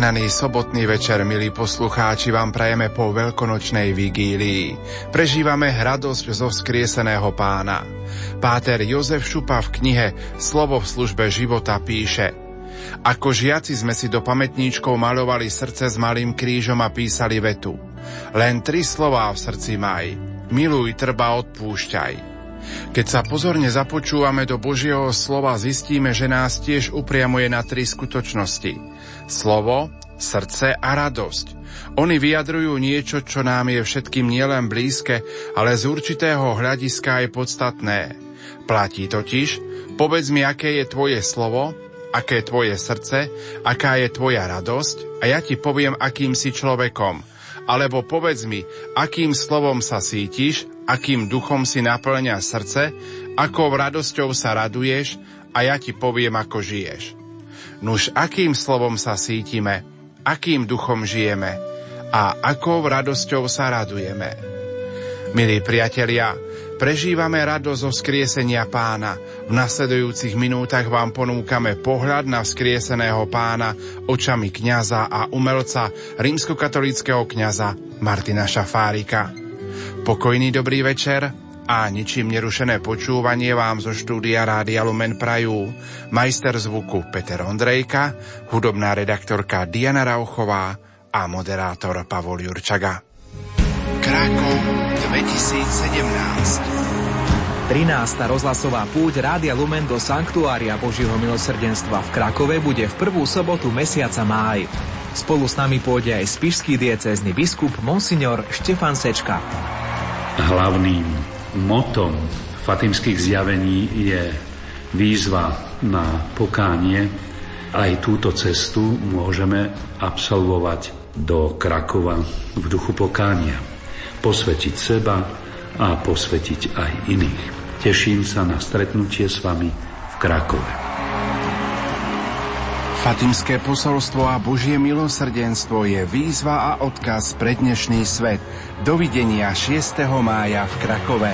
Požehnaný sobotný večer, milí poslucháči, vám prajeme po veľkonočnej vigílii. Prežívame radosť zo vzkrieseného Pána. Páter Jozef Šupa v knihe Slovo v službe života píše: Ako žiaci sme si do pamätníčkov maľovali srdce s malým krížom a písali vetu: Len 3 slová v srdci maj, miluj, trba, odpúšťaj. Keď sa pozorne započúvame do Božieho slova, zistíme, že nás tiež upriamuje na 3 skutočnosti: slovo, srdce a radosť. Oni vyjadrujú niečo, čo nám je všetkým nielen blízke, ale z určitého hľadiska aj podstatné. Platí totiž: povedz mi, aké je tvoje slovo, aké je tvoje srdce, aká je tvoja radosť, a ja ti poviem, akým si človekom. Alebo povedz mi, akým slovom sa sítiš, akým duchom si naplňa srdce, akou radosťou sa raduješ, a ja ti poviem, ako žiješ. Nuž, akým slovom sa sítime, akým duchom žijeme a akou radosťou sa radujeme. Milí priatelia, prežívame radosť zo vzkriesenia Pána. V nasledujúcich minútach vám ponúkame pohľad na vzkrieseného Pána očami kňaza a umelca, rímskokatolíckeho kňaza Martina Šafárika. Pokojný dobrý večer a ničím nerušené počúvanie vám zo štúdia Rádia Lumen prajú majster zvuku Peter Ondrejka, hudobná redaktorka Diana Rauchová a moderátor Pavol Jurčaga. Krakov 2017. 13. rozhlasová púť Rádia Lumen do Sanktuária Božieho milosrdenstva v Krakove bude v prvú sobotu mesiaca máj. Spolu s nami pôjde aj spišský diecézny biskup Monsignor Štefan Sečka. Hlavným motom fatimských zjavení je výzva na pokánie. Aj túto cestu môžeme absolvovať do Krakova v duchu pokánia. Posvetiť seba a posvetiť aj iných. Teším sa na stretnutie s vami v Krakove. Fatimské posolstvo a Božie milosrdenstvo je výzva a odkaz pre dnešný svet. Dovidenia 6. mája v Krakove.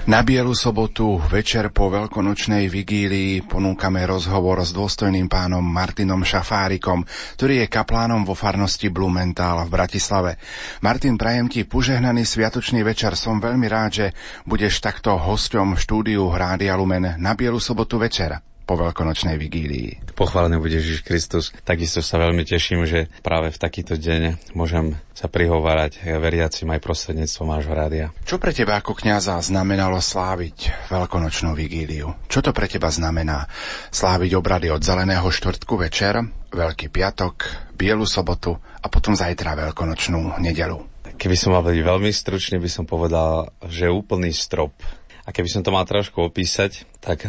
Na Bielu sobotu, večer po veľkonočnej vigílii, ponúkame rozhovor s dôstojným pánom Martinom Šafárikom, ktorý je kaplánom vo farnosti Blumenthal v Bratislave. Martin, prajem ti požehnaný sviatočný večer. Som veľmi rád, že budeš takto hosťom štúdiu Rádia Lumen na Bielu sobotu večer po veľkonočnej vigílii. Pochválený bude Ježiš Kristus. Takisto sa veľmi teším, že práve v takýto deň môžem sa prihovárať veriacim aj prostredníctvom vášho rádia. Čo pre teba ako kňaza znamenalo sláviť veľkonočnú vigíliu? Čo to pre teba znamená sláviť obrady od Zeleného štvrtku večer, Veľký piatok, Bielu sobotu a potom zajtra veľkonočnú nedeľu? Keby som mal byť veľmi stručný, by som povedal, že úplný strop. A keby som to mal trošku opísať, tak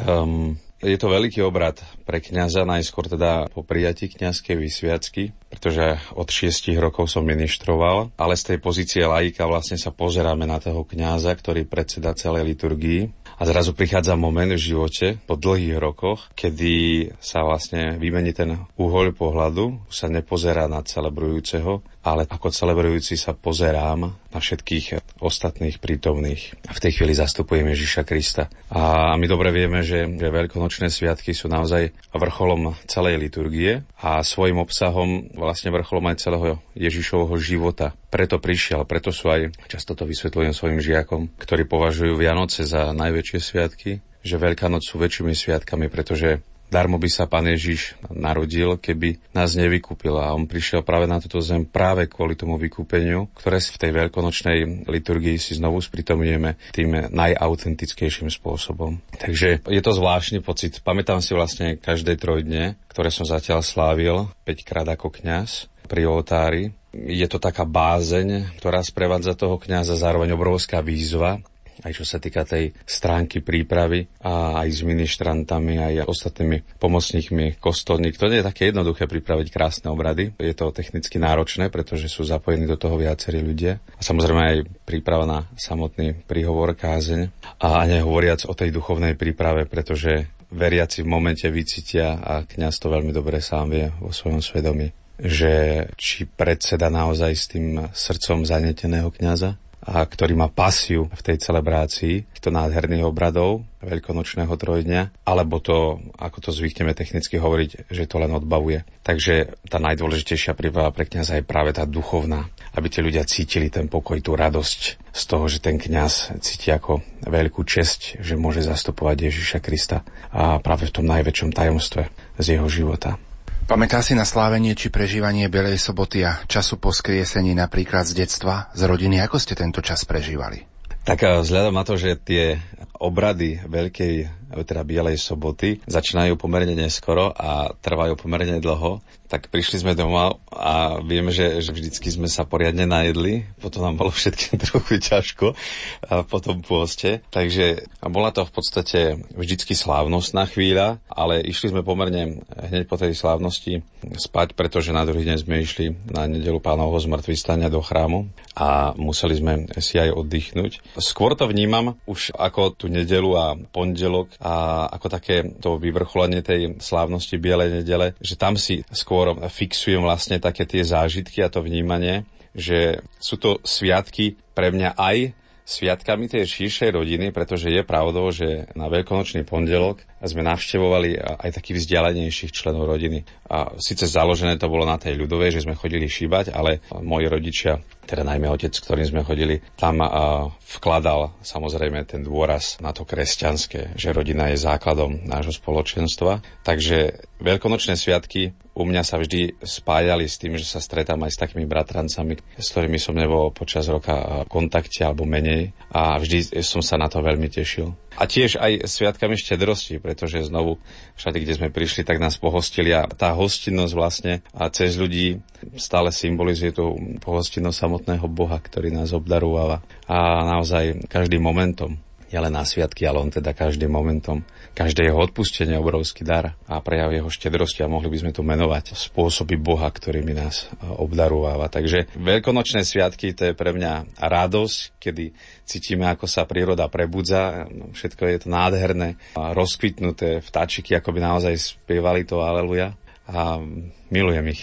je to veľký obrad pre kňaza, najskôr teda po prijatí kňazskej vysviacky, pretože od 6 rokov som ministroval, ale z tej pozície laika vlastne sa pozeráme na toho kňaza, ktorý predseda celej liturgii. A zrazu prichádza moment v živote, po dlhých rokoch, kedy sa vlastne vymení ten uhol pohľadu, už sa nepozerá na celebrujúceho, ale ako celebrujúci sa pozerám na všetkých ostatných prítomných. A v tej chvíli zastupujem Ježiša Krista. A my dobre vieme, že veľkonočné sviatky sú naozaj vrcholom celej liturgie a svojim obsahom vlastne vrcholom aj celého Ježišovho života. Preto prišiel, preto sú aj, často to vysvetľujem svojim žiakom, ktorí považujú Vianoce za najväčšie sviatky, že Veľká noc sú väčšími sviatkami, pretože darmo by sa Pán Ježiš narodil, keby nás nevykúpil. A on prišiel práve na túto zem práve kvôli tomu vykúpeniu, ktoré v tej veľkonočnej liturgii si znovu sprítomňujeme tým najautentickejším spôsobom. Takže je to zvláštny pocit. Pamätám si vlastne každé 3 dne, ktoré som zatiaľ slávil 5-krát ako kňaz pri oltári. Je to taká bázeň, ktorá sprevádza toho kňaza, zároveň obrovská výzva, aj čo sa týka tej stránky prípravy a aj s ministrantami, aj ostatnými pomocníkmi kostolník. To nie je také jednoduché pripraviť krásne obrady. Je to technicky náročné, pretože sú zapojení do toho viacerí ľudia. A samozrejme aj príprava na samotný príhovor, kázeň. A nehovoriac o tej duchovnej príprave, pretože veriaci v momente vycítia, a kňaz to veľmi dobre sám vie vo svojom svedomí, že či predseda naozaj s tým srdcom zanieteného kňaza, a ktorý má pasiu v tej celebrácii týchto nádherných obradov veľkonočného trojdňa, alebo to, ako to zvykneme technicky hovoriť, že to len odbavuje. Takže tá najdôležitejšia príprava pre kňaza je práve tá duchovná, aby tí ľudia cítili ten pokoj, tú radosť z toho, že ten kňaz cíti ako veľkú česť, že môže zastupovať Ježiša Krista a práve v tom najväčšom tajomstve z jeho života. Pamätá si na slávenie či prežívanie Bielej soboty a času po skriesení napríklad z detstva, z rodiny? Ako ste tento čas prežívali? Tak vzhľadom na to, že tie obrady Veľkej, teda Bielej soboty začínajú pomerne neskoro a trvajú pomerne dlho, tak prišli sme domov a vieme, že vždycky sme sa poriadne najedli, potom nám bolo všetkým trochu ťažko po tom pôste, takže bola to v podstate vždycky slávnostná chvíľa, ale išli sme pomerne hneď po tej slávnosti spať, pretože na druhý deň sme išli na nedeľu Pánovho zmŕtvychvstania do chrámu a museli sme si aj oddychnúť. Skôr to vnímam už ako tú nedeľu a pondelok a ako také to vyvrcholenie tej slávnosti Bielej nedele, že tam si skôr fixujem vlastne také tie zážitky a to vnímanie, že sú to sviatky pre mňa aj sviatkami tej širšej rodiny, pretože je pravdou, že na veľkonočný pondelok sme navštevovali aj takých vzdialenejších členov rodiny. A síce založené to bolo na tej ľudovej, že sme chodili šíbať, ale moji rodičia, teda najmä otec, s ktorým sme chodili, tam vkladal samozrejme ten dôraz na to kresťanské, že rodina je základom nášho spoločenstva. Takže veľkonočné sviatky u mňa sa vždy spájali s tým, že sa stretám aj s takými bratrancami, s ktorými som nebol počas roka v kontakte alebo menej a vždy som sa na to veľmi tešil. A tiež aj sviatkami štedrosti, pretože znovu všade, kde sme prišli, tak nás pohostili a tá hostinnosť vlastne a cez ľudí stále symbolizuje tú pohostinnosť samotného Boha, ktorý nás obdarúva a naozaj každým momentom, nielen na sviatky, ale on teda každým momentom, každé jeho odpustenie obrovský dar a prejav jeho štedrosti a mohli by sme tu menovať spôsoby Boha, ktorými nás obdarúva. Takže veľkonočné sviatky, to je pre mňa radosť, kedy cítime, ako sa príroda prebudza, všetko je to nádherné, rozkvitnuté vtáčiky, ako by naozaj spievali to aleluja a milujem ich.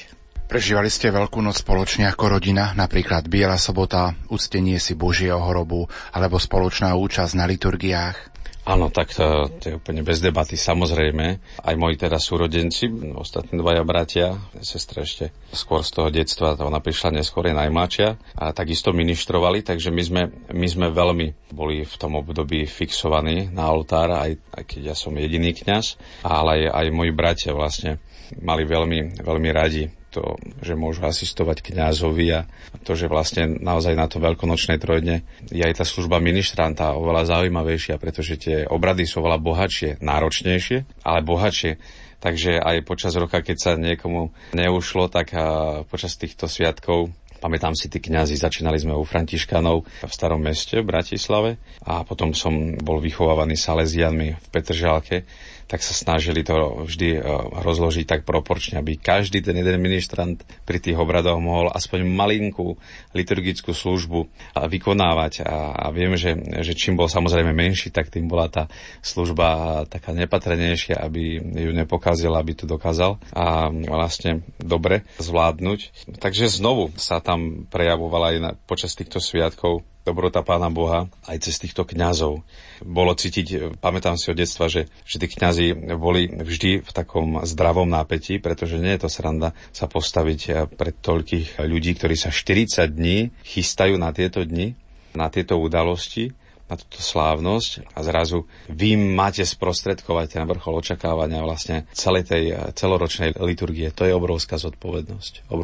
Prežívali ste Veľkú noc spoločne ako rodina, napríklad Biela sobota, uctenie si Božieho hrobu, alebo spoločná účasť na liturgiách? Áno, tak to je úplne bez debaty, samozrejme. Aj moji teda súrodenci, ostatní dvaja bratia, sestra ešte skôr z toho detstva, ona prišla neskôr, je najmladšia, a takisto ministrovali, takže my sme veľmi boli v tom období fixovaní na oltár, aj keď ja som jediný kňaz, ale aj moji bratia vlastne mali veľmi, veľmi radi to, že môžu asistovať kňazovi a to, že vlastne naozaj na to veľkonočnej trojdne je aj tá služba ministranta oveľa zaujímavejšia, pretože tie obrady sú oveľa bohatšie, náročnejšie, ale bohatšie. Takže aj počas roka, keď sa niekomu neušlo, tak počas týchto sviatkov, pamätám si, tí kňazi, začínali sme u Františkanov v Starom Meste v Bratislave a potom som bol vychovávaný Salesianmi v Petržalke, tak sa snažili to vždy rozložiť tak proporčne, aby každý ten jeden ministrant pri tých obradoch mohol aspoň malinkú liturgickú službu vykonávať. A viem, že čím bol samozrejme menší, tak tým bola tá služba taká nepatrnejšia, aby ju nepokazil, aby to dokázal a vlastne dobre zvládnuť. Takže znovu sa tam prejavovala aj počas týchto sviatkov dobrota Pána Boha aj cez týchto kňazov. Bolo cítiť, pamätám si od detstva, že tí kňazi boli vždy v takom zdravom nápätí, pretože nie je to sranda sa postaviť pred toľkých ľudí, ktorí sa 40 dní chystajú na tieto dni, na tieto udalosti, na túto slávnosť a zrazu vy máte sprostredkovať ten vrchol očakávania vlastne celej tej celoročnej liturgie. To je obrovská zodpovednosť.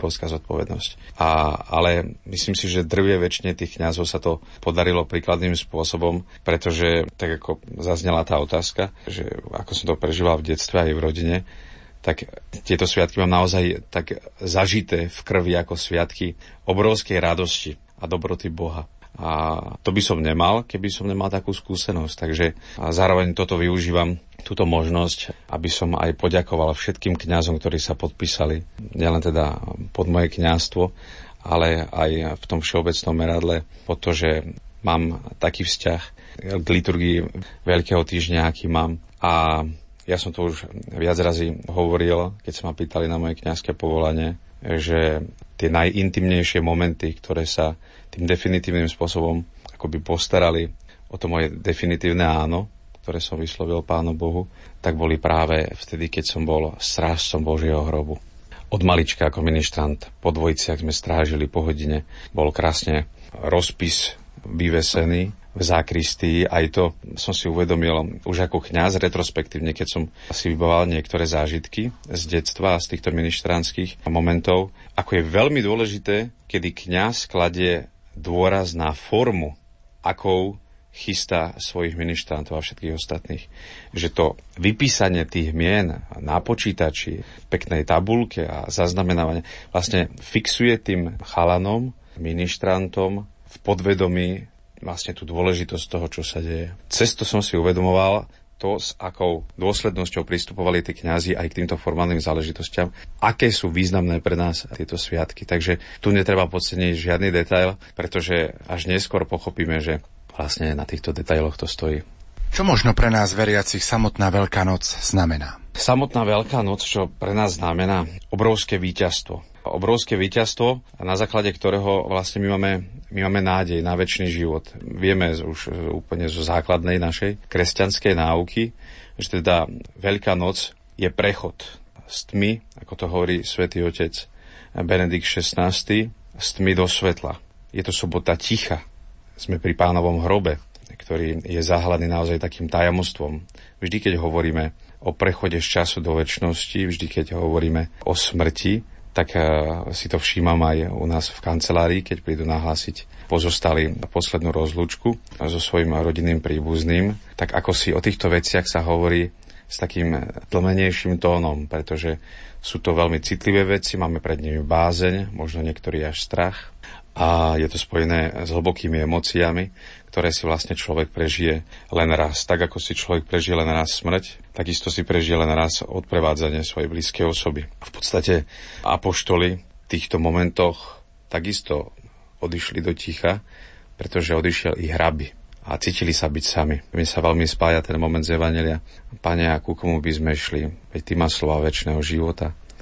Ale myslím si, že drvie väčšine tých kňazov sa to podarilo príkladným spôsobom, pretože tak ako zaznela tá otázka, že ako som to prežíval v detstve aj v rodine, tak tieto sviatky mám naozaj tak zažité v krvi ako sviatky obrovskej radosti a dobroty Boha. A to by som nemal, keby som nemal takú skúsenosť. Takže zároveň toto využívam, túto možnosť, aby som aj poďakoval všetkým kňazom, ktorí sa podpísali, nielen teda pod moje kňazstvo, ale aj v tom všeobecnom meradle, pretože mám taký vzťah k liturgii Veľkého týždňa, aký mám. A ja som to už viac razy hovoril, keď sa ma pýtali na moje kňazské povolanie, že tie najintimnejšie momenty, ktoré sa tým definitívnym spôsobom akoby postarali o to moje definitívne áno, ktoré som vyslovil Pánu Bohu, tak boli práve vtedy, keď som bol strážcom Božieho hrobu. Od malička ako ministrant po dvojiciach sme strážili po hodine. Bol krásne rozpis vyvesený v zákristii. Aj to som si uvedomil už ako kňaz retrospektívne, keď som si vybavoval niektoré zážitky z detstva a z týchto ministrantských momentov, ako je veľmi dôležité, kedy kňaz kladie dôraz na formu, akou chystá svojich ministrantov a všetkých ostatných. Že to vypísanie tých mien na počítači, v peknej tabulke a zaznamenávanie vlastne fixuje tým chalanom, ministrantom v podvedomí vlastne tú dôležitosť toho, čo sa deje. Cesto som si uvedomoval to, s akou dôslednosťou pristupovali tí kňazi aj k týmto formálnym záležitostiam, aké sú významné pre nás tieto sviatky. Takže tu netreba podceniť žiadny detail, pretože až neskôr pochopíme, že vlastne na týchto detailoch to stojí. Čo možno pre nás veriacich samotná Veľká noc znamená? Samotná Veľká noc, čo pre nás znamená obrovské víťazstvo. Obrovské víťazstvo, na základe ktorého vlastne my máme nádej na večný život. Vieme už úplne zo základnej našej kresťanskej náuky, že teda Veľká noc je prechod z tmy, ako to hovorí svätý otec Benedikt XVI, z tmy do svetla. Je to sobota ticha. Sme pri Pánovom hrobe, ktorý je zahľadný naozaj takým tajomstvom. Vždy, keď hovoríme o prechode z času do večnosti, vždy, keď hovoríme o smrti, tak si to všímam aj u nás v kancelárii, keď prídu nahlásiť pozostali poslednú rozlúčku so svojím rodinným príbuzným, tak ako si o týchto veciach sa hovorí s takým tlmenejším tónom, pretože sú to veľmi citlivé veci, máme pred nimi bázeň, možno niektorý až strach a je to spojené s hlbokými emóciami, ktoré si vlastne človek prežije len raz. Tak ako si človek prežije len raz smrť, takisto si prežije len raz odprevádzanie svojej blízkej osoby. V podstate apoštoli v týchto momentoch takisto odišli do ticha, pretože odišiel ich rabi a cítili sa byť sami. Mne sa veľmi spája ten moment z Evanjelia. Pane, a ku komu by sme šli? Veď Ty máš slova večného života.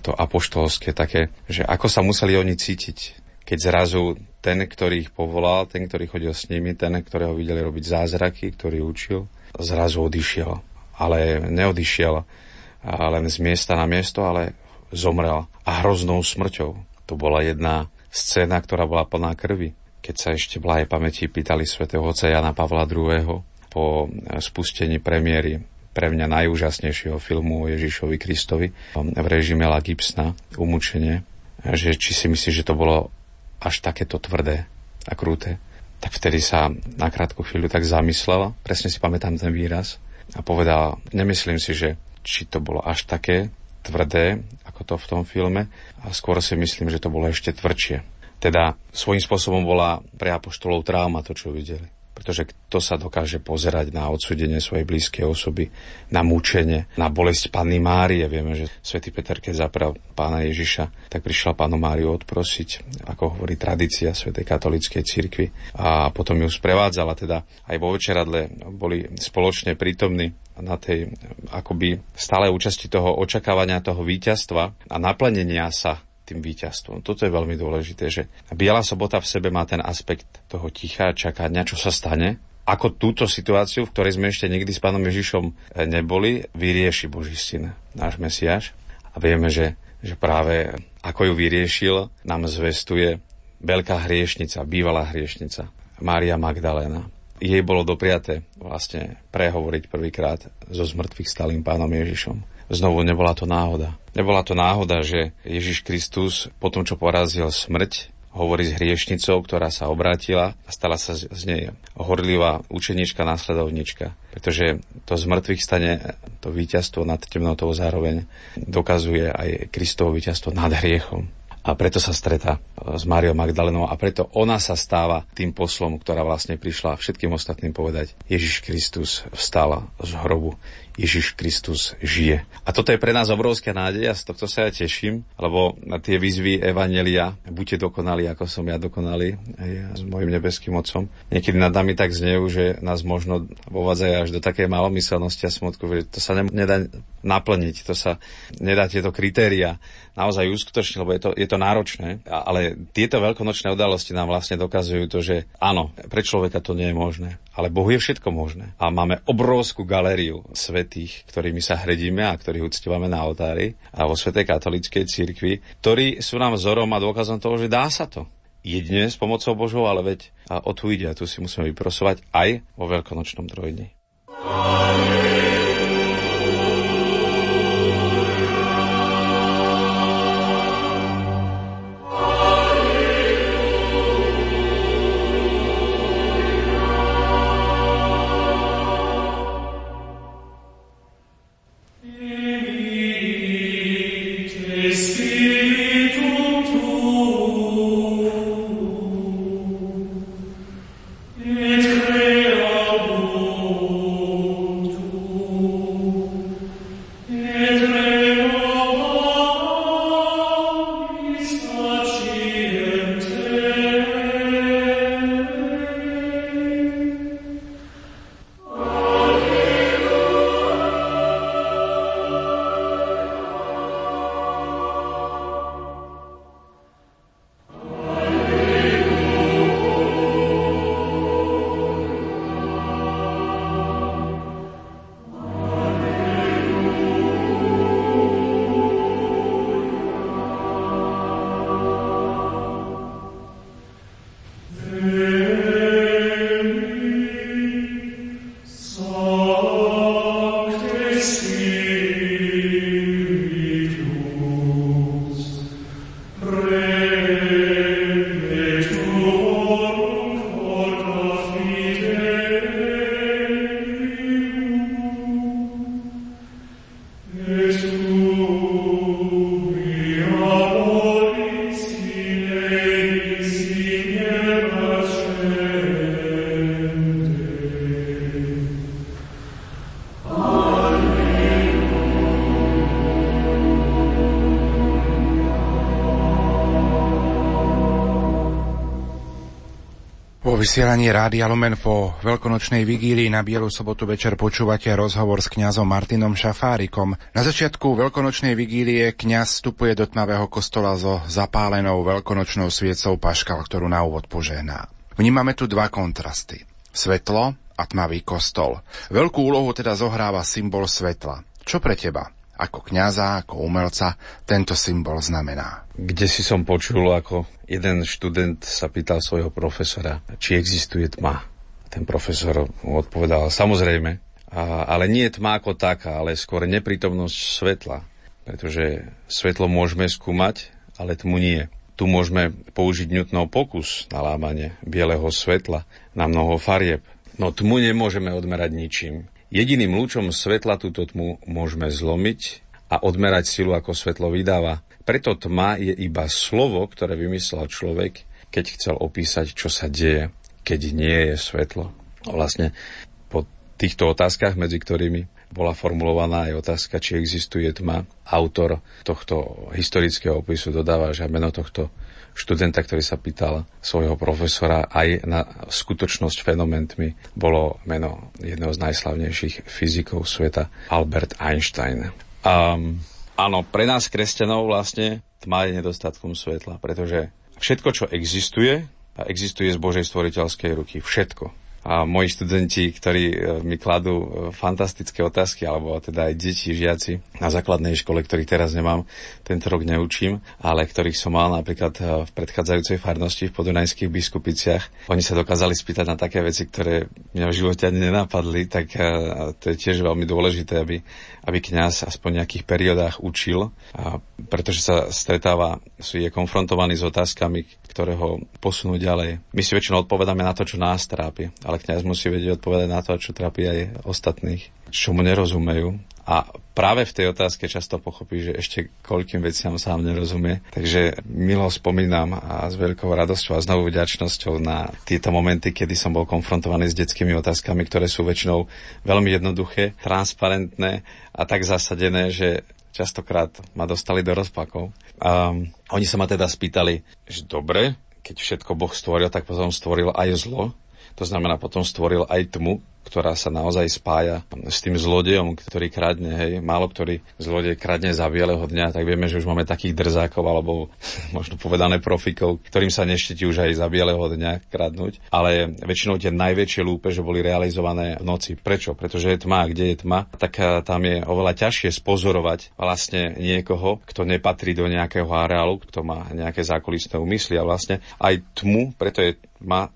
to apoštolské také, že ako sa museli oni cítiť, keď zrazu ten, ktorý ich povolal, ten, ktorý chodil s nimi, ten, ktorého videli robiť zázraky, ktorý učil, zrazu odišiel. Ale neodišiel len z miesta na miesto, ale zomrel a hroznou smrťou. To bola jedna scéna, ktorá bola plná krvi. Keď sa ešte v blahej pamäti pýtali svätého otca Jana Pavla II. Po spustení premiéry pre mňa najúžasnejšieho filmu o Ježišovi Kristovi v režime Mela Gibsona, Umúčenie, že či si myslí, že to bolo až takéto tvrdé a kruté, tak vtedy sa na krátku chvíľu tak zamyslel, presne si pamätám ten výraz, a povedal, nemyslím si, že či to bolo až také tvrdé, ako to v tom filme, a skôr si myslím, že to bolo ešte tvrdšie. Teda svojím spôsobom bola pre apoštolov trauma to, čo videli. Pretože kto sa dokáže pozerať na odsúdenie svojej blízkej osoby, na mučenie, na bolesť Panny Márie. Vieme, že svätý Peter, keď zapral pána Ježiša, tak prišiel Pannu Máriu odprosiť, ako hovorí tradícia svätej katolíckej cirkvi. A potom ju sprevádzala, teda aj vo večeradle boli spoločne prítomní na tej akoby stále účasti toho očakávania toho víťazstva a naplnenia sa tým víťazstvom. Toto je veľmi dôležité, že Biela sobota v sebe má ten aspekt toho ticha, čakania, čo sa stane. Ako túto situáciu, v ktorej sme ešte nikdy s pánom Ježišom neboli, vyrieši Boží syn, náš Mesiáš. A vieme, že práve ako ju vyriešil, nám zvestuje veľká hriešnica, bývalá hriešnica, Mária Magdaléna. Jej bolo dopriaté vlastne prehovoriť prvýkrát so zmrtvých stalým pánom Ježišom. Znovu nebola to náhoda. Nebola to náhoda, že Ježiš Kristus po tom, čo porazil smrť, hovorí s hriešnicou, ktorá sa obrátila a stala sa z nej horlivá učeníčka, následovníčka. Pretože to z mŕtvych stane, to víťazstvo nad temnotou zároveň dokazuje aj Kristovo víťazstvo nad hriechom. A preto sa stretá s Máriou Magdalénou a preto ona sa stáva tým poslom, ktorá vlastne prišla všetkým ostatným povedať: Ježiš Kristus vstal z hrobu. Ježiš Kristus žije. A toto je pre nás obrovská nádej a z tohto sa ja teším, lebo tie výzvy evanjelia, buďte dokonalí, ako som ja dokonalý, aj s mojim nebeským Otcom, niekedy nad nami tak znejú, že nás možno vovádzajú až do takej malomyselnosti a smutku, že to sa nedá naplniť, to sa nedá tieto kritéria naozaj uskutočniť, lebo je to náročné. Ale tieto veľkonočné udalosti nám vlastne dokazujú to, že áno, pre človeka to nie je možné, ale Bohu je všetko možné. A máme obrovskú galériu svätých, ktorými sa hrdíme a ktorých uctievame na oltári a vo svätej katolíckej cirkvi, ktorí sú nám vzorom a dôkazom toho, že dá sa to. Jedine s pomocou Božou, ale veď a o tu ide a tu si musíme vyprosovať aj vo veľkonočnom trojdni. Et creabuntur vysielaní Rádia Lumen po veľkonočnej vigílii na Bielu sobotu večer počúvate rozhovor s kňazom Martinom Šafárikom. Na začiatku veľkonočnej vigílie kňaz vstupuje do tmavého kostola so zapálenou veľkonočnou sviecou paškal, ktorú na úvod požehná. Vnímame tu dva kontrasty. Svetlo a tmavý kostol. Veľkú úlohu teda zohráva symbol svetla. Čo pre teba, ako kňaza, ako umelca, tento symbol znamená? Kde si som počul, ako jeden študent sa pýtal svojho profesora, či existuje tma. Ten profesor mu odpovedal, samozrejme, ale nie tma ako taká, ale skôr neprítomnosť svetla. Pretože svetlo môžeme skúmať, ale tmu nie. Tu môžeme použiť Newtonov pokus na lámanie bieleho svetla na mnoho farieb. No tmu nemôžeme odmerať ničím. Jediným lúčom svetla túto tmu môžeme zlomiť a odmerať silu, ako svetlo vydáva. Preto tma je iba slovo, ktoré vymyslel človek, keď chcel opísať, čo sa deje, keď nie je svetlo. Vlastne po týchto otázkach, medzi ktorými bola formulovaná aj otázka, či existuje tma, autor tohto historického opisu dodáva, že meno tohto študenta, ktorý sa pýtal svojho profesora aj na skutočnosť fenoménmi, bolo meno jedného z najslavnejších fyzikov sveta, Albert Einstein. Áno, pre nás kresťanov vlastne tma je nedostatkom svetla, pretože všetko, čo existuje, existuje z Božej stvoriteľskej ruky. Všetko. A moji študenti, ktorí mi kladú fantastické otázky, alebo teda aj deti, žiaci na základnej škole, ktorých teraz nemám, tento rok neučím, ale ktorých som mal napríklad v predchádzajúcej farnosti v Podunajských Biskupiciach. Oni sa dokázali spýtať na také veci, ktoré mňa v živote ani nenapadli, tak to je tiež veľmi dôležité, aby kňaz aspoň v nejakých periodách učil, pretože sa stretáva, je konfrontovaný s otázkami, ktoré ho posunú ďalej. My si väčšinou odpovedáme na to, čo nás trápi, ale kňaz musí vedieť odpovedať na to, čo trápi aj ostatných, čo mu nerozumejú. A práve v tej otázke často pochopí, že ešte koľkým veciam sám nerozumie. Takže milo spomínam a s veľkou radosťou a znovu vďačnosťou na tieto momenty, kedy som bol konfrontovaný s detskými otázkami, ktoré sú väčšinou veľmi jednoduché, transparentné a tak zasadené, že častokrát ma dostali do rozpakov. Oni sa ma teda spýtali, že dobre, keď všetko Boh stvoril, tak potom stvoril aj zlo. To znamená, potom stvoril aj tmu, ktorá sa naozaj spája s tým zlodejom, ktorý kradne, hej. Málo ktorý zlodej kradne za bieleho dňa, tak vieme, že už máme takých drzákov, alebo možno povedané profikov, ktorým sa neštetí už aj za bieleho dňa kradnúť. Ale väčšinou tie najväčšie lúpeže boli realizované v noci. Prečo? Pretože je tma. Kde je tma, tak tam je oveľa ťažšie spozorovať vlastne niekoho, kto nepatrí do nejakého areálu, kto má nejaké zákulisné úmysly. A vlastne aj tmu, preto je tma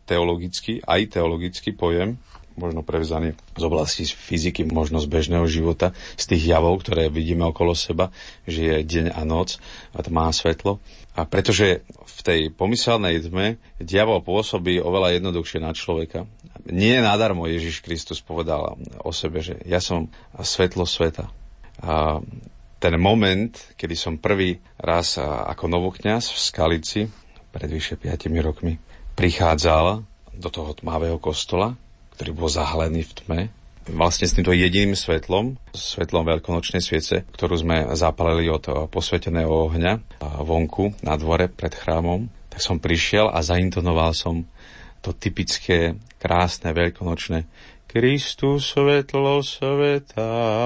aj teologický pojem, možno prevzaný z oblasti fyziky, možno z bežného života, z tých javov, ktoré vidíme okolo seba, že je deň a noc a tma a svetlo. A pretože v tej pomyselnej tme diabol pôsobí oveľa jednoduchšie na človeka. Nie nadarmo Ježiš Kristus povedal o sebe, že ja som svetlo sveta. A ten moment, kedy som prvý raz ako novokňaz v Skalici pred vyše 5 rokmi prichádzal do toho tmavého kostola, ktorý bol zahalený v tme, vlastne s týmto jediným svetlom veľkonočnej sviece, ktorú sme zapálili od posveteného ohňa vonku na dvore pred chrámom, tak som prišiel a zaintonoval som to typické, krásne, veľkonočné Kristus svetlo sveta.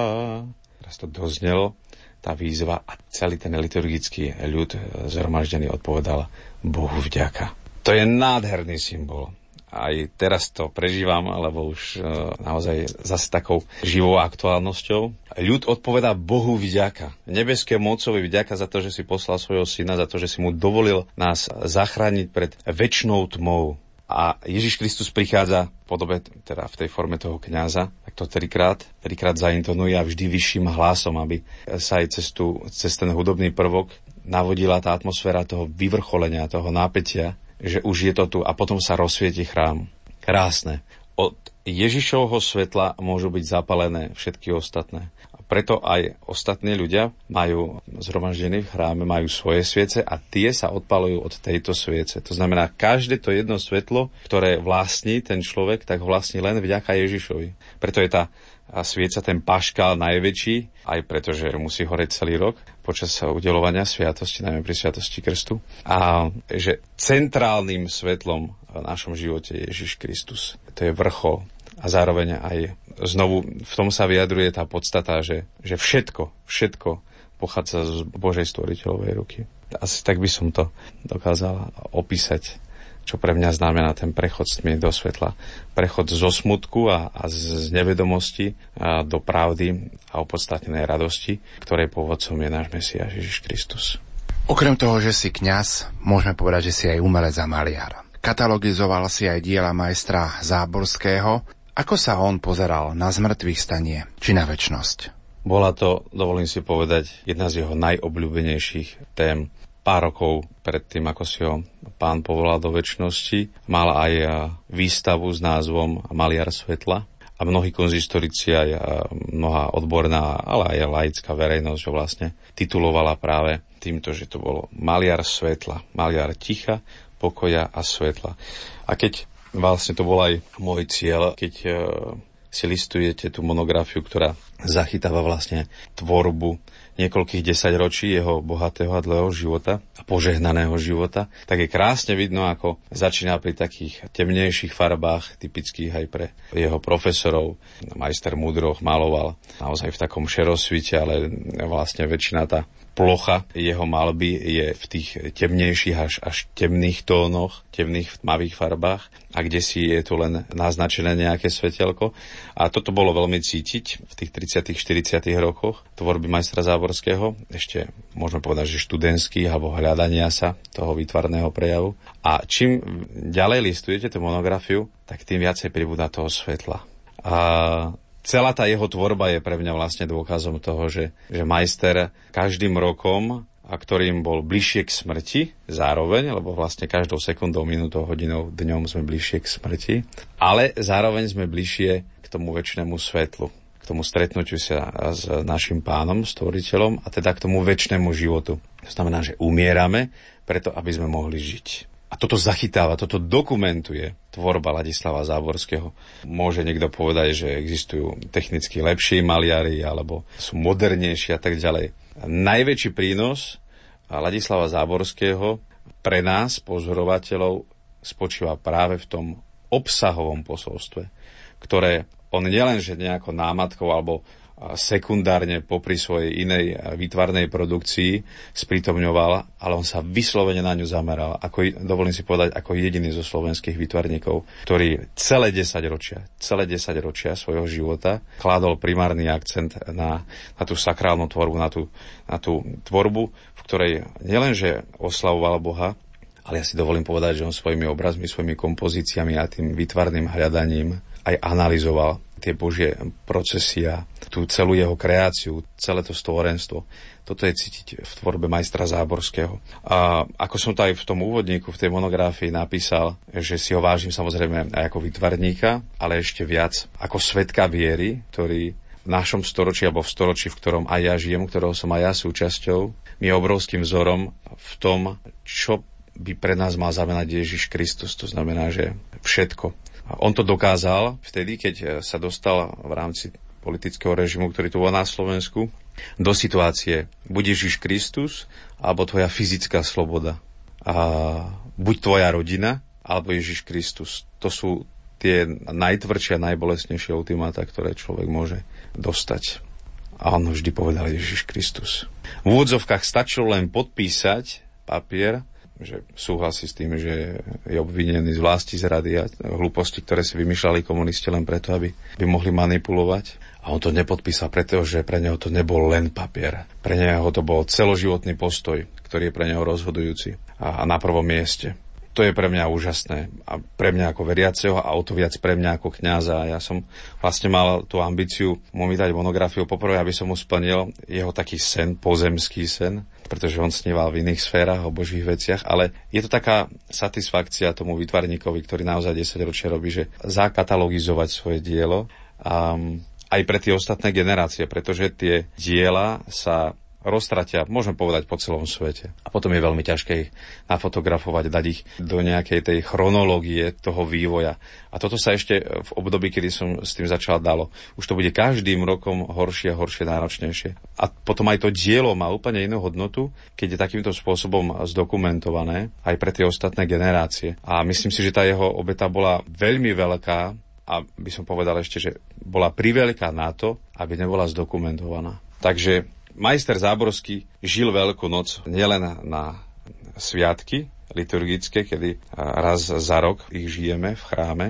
Teraz to doznelo, tá výzva a celý ten liturgický ľud zhromaždený odpovedal Bohu vďaka. To je nádherný symbol. Aj teraz to prežívam, lebo už naozaj zase takou živou aktuálnosťou. Ľud odpovedá Bohu vďaka. Nebeskému Otcovi vďaka za to, že si poslal svojho syna, za to, že si mu dovolil nás zachrániť pred večnou tmou. A Ježiš Kristus prichádza v podobe, teda v tej forme toho kňaza, tak to trikrát zaintonuje a vždy vyšším hlasom, aby sa aj cez ten hudobný prvok navodila tá atmosféra toho vyvrcholenia, toho nápätia, že už je to tu a potom sa rozsvieti chrám. Krásne. Od Ježišovho svetla môžu byť zapalené všetky ostatné. A Preto aj ostatní ľudia majú zhromaždení v chráme, majú svoje sviece a tie sa odpalujú od tejto sviece. To znamená, každé to jedno svetlo, ktoré vlastní ten človek, tak ho vlastní len vďaka Ježišovi. Preto je tá svieca, ten paškál najväčší, aj preto, že musí horeť celý rok počas udeľovania sviatosti, najmä pri sviatosti krstu. A že centrálnym svetlom v našom živote je Ježiš Kristus. To je vrchol. A zároveň aj znovu v tom sa vyjadruje tá podstata, že všetko pochádza z Božej stvoriteľovej ruky. Asi tak by som to dokázal opísať, čo pre mňa znamená ten prechod z tmy do svetla. Prechod zo smutku a z nevedomosti do pravdy a opodstatnenej radosti, ktorej pôvodcom je náš Mesiáš Ježiš Kristus. Okrem toho, že si kňaz, môžeme povedať, že si aj umelec a maliar. Katalogizoval si aj diela majstra Záborského. Ako sa on pozeral na zmrtvých stanie či na večnosť? Bola to, dovolím si povedať, jedna z jeho najobľúbenejších tém. Pár rokov pred tým, ako si ho Pán povolal do večnosti, mal aj výstavu s názvom Maliar svetla a mnohí konzistorici aj mnohá odborná, ale aj laická verejnosť ho vlastne titulovala práve týmto, že to bolo Maliar svetla, maliar ticha, pokoja a svetla. A keď vlastne to bol aj môj cieľ, keď si listujete tú monografiu, ktorá zachytáva vlastne tvorbu niekoľkých desaťročí jeho bohatého a dlhého života a požehnaného života, tak je krásne vidno, ako začína pri takých temnejších farbách, typických aj pre jeho profesorov. Majster Múdroch maloval naozaj v takom šerosvite, ale vlastne väčšina tá plocha jeho malby je v tých temnejších až temných tónoch, temných tmavých farbách a kdesi je tu len naznačené nejaké svetelko. A toto bolo veľmi cítiť v tých 30-40 rokoch tvorby majstra Záborského, ešte môžeme povedať, že študentských alebo hľadania sa toho výtvarného prejavu. A čím ďalej listujete tú monografiu, tak tým viacej pribúda toho svetla. A celá tá jeho tvorba je pre mňa vlastne dôkazom toho, že majster každým rokom, a ktorým bol bližšie k smrti zároveň, lebo vlastne každou sekundou, minútou, hodinou, dňom sme bližšie k smrti, ale zároveň sme bližšie k tomu večnému svetlu, k tomu stretnutiu sa s našim Pánom, stvoriteľom a teda k tomu večnému životu. To znamená, že umierame preto, aby sme mohli žiť. A toto zachytáva, toto dokumentuje tvorba Ladislava Záborského. Môže niekto povedať, že existujú technicky lepší maliari, alebo sú modernejší a tak ďalej. Najväčší prínos Ladislava Záborského pre nás, pozorovateľov, spočíva práve v tom obsahovom posolstve, ktoré on nielenže nejako námatkou alebo sekundárne popri svojej inej výtvarnej produkcii sprítomňoval, ale on sa vyslovene na ňu zameral. Dovolím si povedať, ako jediný zo slovenských výtvarníkov, ktorý celé 10 ročia svojho života kládol primárny akcent na tú sakrálnu tvorbu, na tú tvorbu, v ktorej nielenže oslavoval Boha, ale ja si dovolím povedať, že on svojimi obrazmi, svojimi kompozíciami a tým výtvarným hľadaním aj analyzoval tie Božie procesy a tú celú jeho kreáciu, celé to stvorenstvo. Toto je cítiť v tvorbe majstra Záborského. A ako som to aj v tom úvodníku, v tej monografii napísal, že si ho vážim samozrejme aj ako výtvarníka, ale ešte viac ako svedka viery, ktorý v našom storočí alebo v storočí, v ktorom aj ja žijem, ktorého som aj ja súčasťou, mi je obrovským vzorom v tom, čo by pre nás mal znamenať Ježiš Kristus. To znamená, že všetko. On to dokázal vtedy, keď sa dostal v rámci politického režimu, ktorý tu bol na Slovensku, do situácie buď Ježiš Kristus, alebo tvoja fyzická sloboda. A buď tvoja rodina, alebo Ježiš Kristus. To sú tie najtvrdšie a najbolestnejšie ultimáta, ktoré človek môže dostať. A on vždy povedal Ježiš Kristus. V úvodzovkách stačilo len podpísať papier, že súhlasí s tým, že je obvinený z vlasti zrady a hlúposti, ktoré si vymýšľali komunisti len preto, aby mohli manipulovať. A on to nepodpísal, pretože pre neho to nebol len papier. Pre neho to bol celoživotný postoj, ktorý je pre neho rozhodujúci a na prvom mieste. To je pre mňa úžasné. A pre mňa ako veriaceho a o to viac pre mňa ako kňaza. Ja som vlastne mal tú ambíciu mu vydať monografiu poprvé, aby som mu splnil jeho taký sen, pozemský sen, pretože on sníval v iných sférach o božích veciach, ale je to taká satisfakcia tomu výtvarníkovi, ktorý naozaj 10 ročia robí, že zakatalogizovať svoje dielo a aj pre tie ostatné generácie, pretože tie diela sa roztratia, môžeme povedať, po celom svete. A potom je veľmi ťažké ich nafotografovať, dať ich do nejakej tej chronológie toho vývoja. A toto sa ešte v období, kedy som s tým začal, dalo. Už to bude každým rokom horšie a horšie, náročnejšie. A potom aj to dielo má úplne inú hodnotu, keď je takýmto spôsobom zdokumentované aj pre tie ostatné generácie. A myslím si, že tá jeho obeta bola veľmi veľká, a by som povedal ešte, že bola priveľká na to, aby nebola zdokumentovaná. Takže majster Záborský žil Veľkú noc nielen na sviatky liturgické, kedy raz za rok ich žijeme v chráme,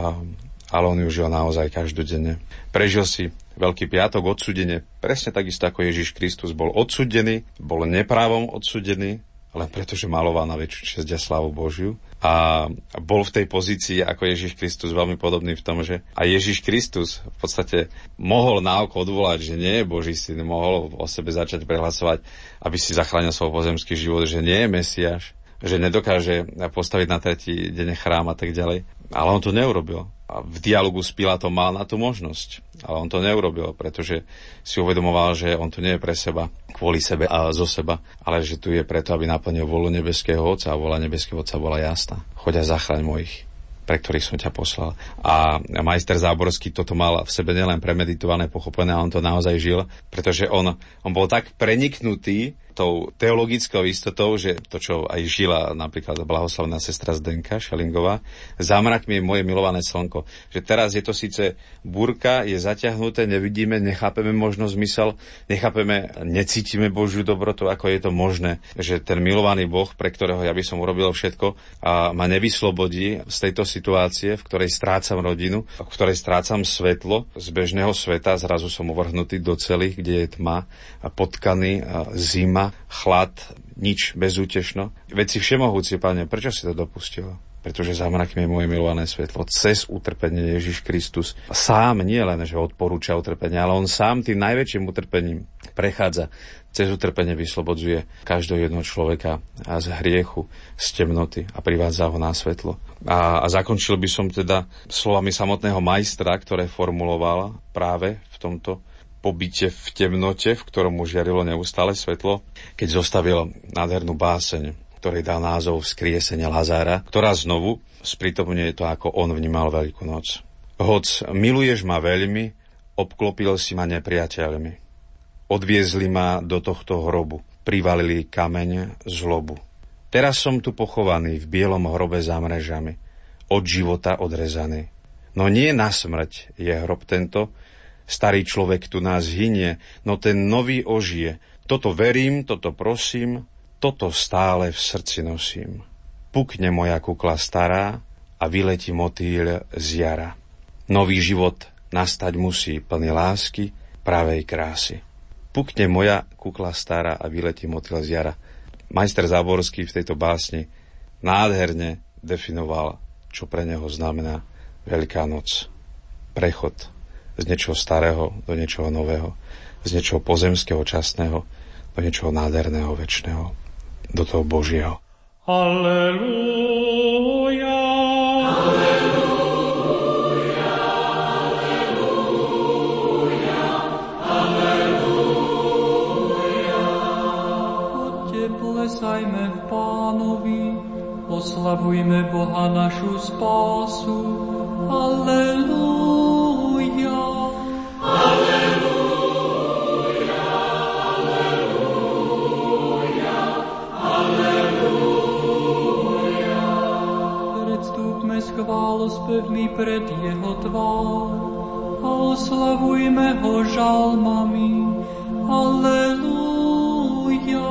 ale on ju žil naozaj každodenne. Prežil si Veľký piatok, odsúdenie, presne takisto ako Ježiš Kristus bol odsúdený, bol neprávom odsúdený, len preto, že maloval na väčšiu česť a slávu Božiu. A bol v tej pozícii ako Ježiš Kristus veľmi podobný v tom, že aj Ježiš Kristus v podstate mohol na oko odvolať, že nie je Boží syn, mohol o sebe začať prehlasovať, aby si zachránil svoj pozemský život, že nie je Mesiáš, že nedokáže postaviť na tretí deň chrám a tak ďalej. Ale on to neurobil. A v dialogu s Pilátom mal na tú možnosť. Ale on to neurobil, pretože si uvedomoval, že on tu nie je pre seba, kvôli sebe a zo seba, ale že tu je preto, aby naplnil vôľu nebeského Otca. A vôľa nebeského Otca bola jasná. Choď a zachraň mojich, pre ktorých som ťa poslal. A majster Záborský toto mal v sebe nielen premeditované, pochopené, a on to naozaj žil, pretože on bol tak preniknutý tou teologickou istotou, že to, čo aj žila napríklad blahoslavná sestra Zdenka Šelingová, zamraď mi moje milované slnko. Že teraz je to síce búrka, je zaťahnuté, nevidíme, nechápeme možno zmysel, nechápeme, necítime Božiu dobrotu, ako je to možné, že ten milovaný Boh, pre ktorého ja by som urobil všetko, a ma nevyslobodí z tejto situácie, v ktorej strácam rodinu, v ktorej strácam svetlo z bežného sveta, zrazu som uvrhnutý do celých, kde je tma, potkaný, zima, chlad, nič, bezútešno. Veď si všemohúci, Pane, prečo si to dopustilo? Pretože zamrak mi moje milované svetlo cez utrpenie Ježiš Kristus. Sám nie len, že odporúča utrpenie, ale on sám tým najväčším utrpením prechádza. Cez utrpenie vyslobodzuje každého jednoho človeka z hriechu, z temnoty a privádza ho na svetlo. A zakončil by som teda slovami samotného majstra, ktoré formuloval práve v tomto pobyte v temnote, v ktorom mu žiarilo neustále svetlo, keď zostavil nádhernú báseň, ktorej dal názov Vzkriesenie Lazára, ktorá znovu sprítomňuje to, ako on vnímal Veľkú noc. Hoc miluješ ma veľmi, obklopil si ma nepriateľmi. Odviezli ma do tohto hrobu, privalili kameň zlobu. Teraz som tu pochovaný v bielom hrobe za mrežami, od života odrezaný. No nie na smrť je hrob tento, starý človek tu nás hynie, no ten nový ožije. Toto verím, toto prosím, toto stále v srdci nosím. Pukne moja kukla stará a vyletí motýľ z jara. Nový život nastať musí, plný lásky, pravej krásy. Pukne moja kukla stará a vyletí motýľ z jara. Majster Záborský v tejto básni nádherne definoval, čo pre neho znamená Veľká noc. Prechod z niečoho starého do niečoho nového, z niečoho pozemského, časného do niečoho nádherného, večného, do toho Božieho. Halelúja, halelúja, halelúja, halelúja. Poďte, plesajme v Pánovi, oslavujme Boha našu spásu. Halelúja. Halelúja, halelúja, halelúja. Predstúpme s chválospevmi pred jeho tvár a oslavujme ho žalmami. Halelúja,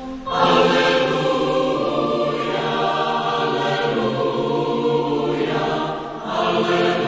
halelúja, halelúja, halelúja.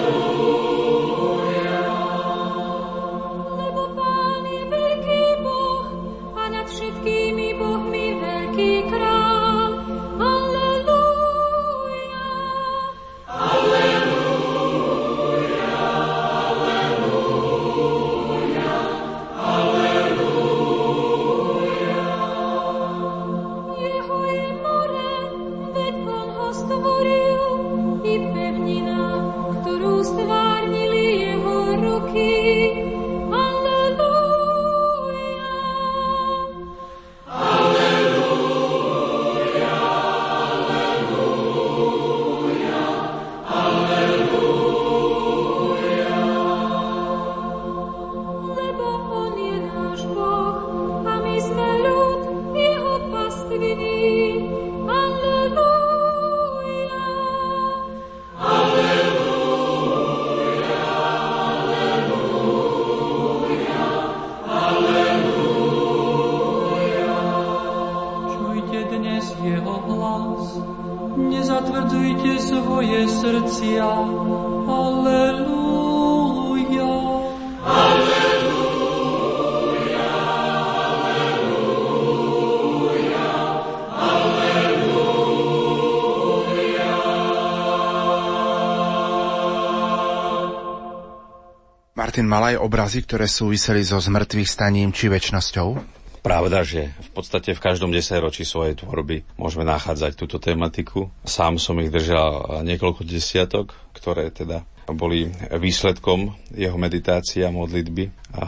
nosia. Alleluja. Alleluja. Alleluja. Martin, mal aj obrazy, ktoré súviseli so zmrtvých staním či večnosťou? Pravda, že v podstate v každom desaťročí svojej tvorby môžeme nachádzať túto tematiku. Sám som ich držal niekoľko desiatok, ktoré teda boli výsledkom jeho meditácie a modlitby a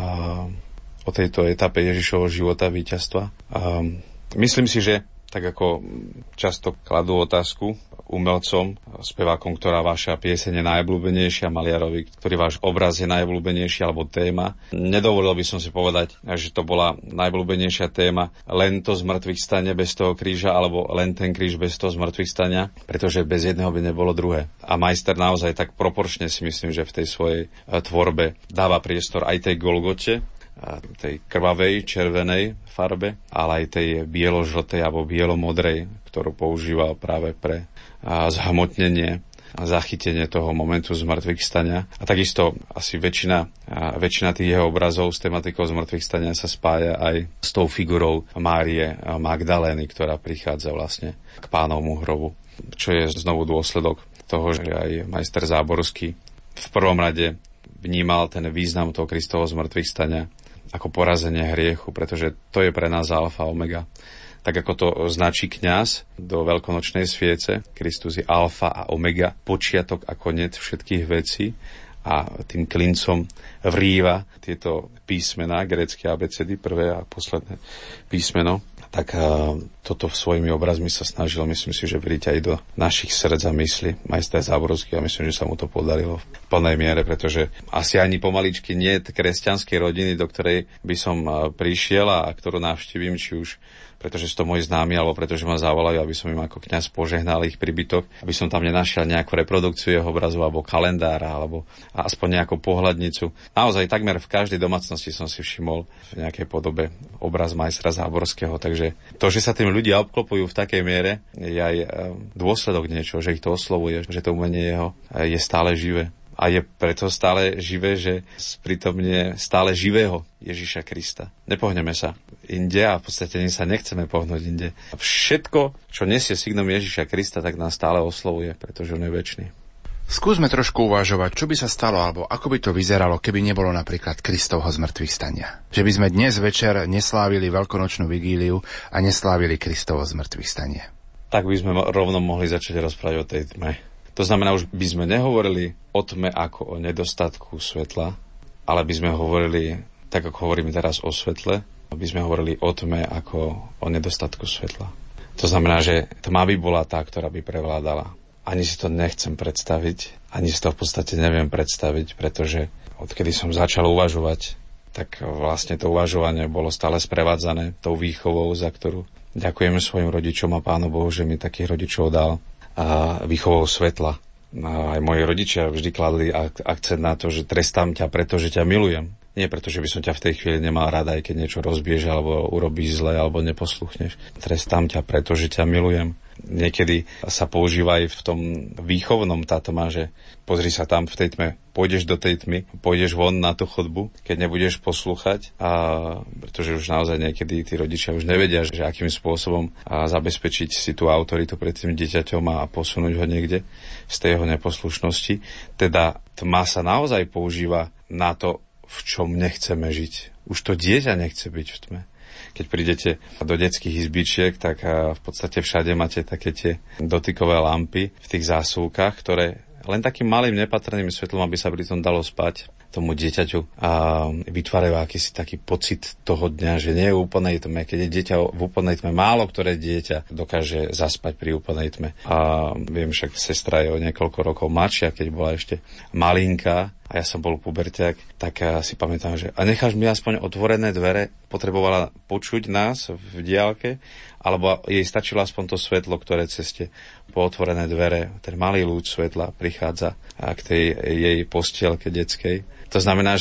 o tejto etape Ježišovho života, víťazstva. A myslím si, že tak ako často kladú otázku umelcom, spevákom, ktorá vaša pieseň je najobľúbenejšia, maliarovi, ktorý váš obraz je najobľúbenejší alebo téma. Nedovolil by som si povedať, že to bola najobľúbenejšia téma len to zmrtvých stane bez toho kríža alebo len ten kríž bez toho zmrtvých stania, pretože bez jedného by nebolo druhé. A majster naozaj tak proporčne si myslím, že v tej svojej tvorbe dáva priestor aj tej Golgote, tej krvavej, červenej farbe, ale aj tej bielo-žltej alebo bielo-modrej, ktorú používal práve pre zhmotnenie a zachytenie toho momentu zmrtvých stania. A takisto asi väčšina tých jeho obrazov s tematikou zmrtvých stania sa spája aj s tou figurou Márie Magdalény, ktorá prichádza vlastne k Pánovmu hrobu. Čo je znovu dôsledok toho, že aj majster Záborský v prvom rade vnímal ten význam toho Kristovho zmrtvých stania ako porazenie hriechu, pretože to je pre nás alfa omega. Tak ako to značí kňaz do veľkonočnej sviece, Kristus je alfa a omega, počiatok a koniec všetkých vecí a tým klincom vrýva tieto písmená, grécke abecedy, prvé a posledné písmeno. Tak toto svojimi obrazmi sa snažil, myslím si, že vriť aj do našich srdc a mysli majster Záborský a myslím, že sa mu to podarilo v plnej miere, pretože asi ani pomaličky nie je kresťanskej rodiny, do ktorej by som prišiel a ktorú navštívim, či už pretože sú to moji známi, alebo pretože ma zavolajú, aby som im ako kňaz požehnal ich príbytok, aby som tam nenašiel nejakú reprodukciu jeho obrazu, alebo kalendára, alebo aspoň nejakú pohľadnicu. Naozaj takmer v každej domácnosti som si všimol v nejakej podobe obraz majstra Záborského, takže to, že sa tým ľudia obklopujú v takej miere, je aj dôsledok niečo, že ich to oslovuje, že to umenie jeho je stále živé. A je preto stále živé, že sprítomne stále živého Ježiša Krista. Nepohneme sa inde a v podstate sa nechceme pohnúť inde. A všetko, čo nesie signom Ježiša Krista, tak nás stále oslovuje, pretože on je večný. Skúsme trošku uvažovať, čo by sa stalo, alebo ako by to vyzeralo, keby nebolo napríklad Kristovho zmrtvých stania. Že by sme dnes večer neslávili veľkonočnú vigíliu a neslávili Kristovo zmrtvých stanie. Tak by sme rovno mohli začať rozprávať o tej tme. To znamená, už by sme nehovorili o tme ako o nedostatku svetla, ale by sme hovorili, tak ako hovoríme teraz o svetle, by sme hovorili o tme ako o nedostatku svetla. To znamená, že tma by bola tá, ktorá by prevládala. Ani si to nechcem predstaviť, ani si to v podstate neviem predstaviť, pretože odkedy som začal uvažovať, tak vlastne to uvažovanie bolo stále sprevádzané tou výchovou, za ktorú ďakujem svojim rodičom a Pánu Bohu, že mi takých rodičov dal. A výchovou svetla. Aj moji rodičia vždy kladli akcent na to, že trestám ťa, pretože ťa milujem. Nie preto, že by som ťa v tej chvíli nemal rada, aj keď niečo rozbieže, alebo urobíš zle, alebo neposluchneš. Trestám ťa, pretože ťa milujem. Niekedy sa používa aj v tom výchovnom tá tma, že pozri sa tam v tej tme, pôjdeš do tej tmy, pôjdeš von na tú chodbu, keď nebudeš poslúchať, pretože už naozaj niekedy tí rodičia už nevedia, že akým spôsobom zabezpečiť si tú autoritu pred tým dieťaťom a posunúť ho niekde z tej jeho neposlušnosti. Teda tma sa naozaj používa na to, v čom nechceme žiť. Už to dieťa nechce byť v tme. Keď prídete do detských izbičiek, tak v podstate všade máte také tie dotykové lampy v tých zásuvkách, ktoré len takým malým nepatrným svetlom, aby sa pri tom dalo spať tomu dieťaťu a vytvárajú akýsi taký pocit toho dňa, že nie je úplnej tme. Keď je dieťa v úplnej tme, málo ktoré dieťa dokáže zaspať pri úplnej tme. A viem, však sestra je o niekoľko rokov mladšia, keď bola ešte malinká a ja som bol puberťák, tak si pamätám, že a necháš mi aspoň otvorené dvere, potrebovala počuť nás v diaľke, alebo jej stačilo aspoň to svetlo, ktoré ceste po otvorené dvere, ten malý lúč svetla prichádza k tej jej postielke detskej. To znamená, že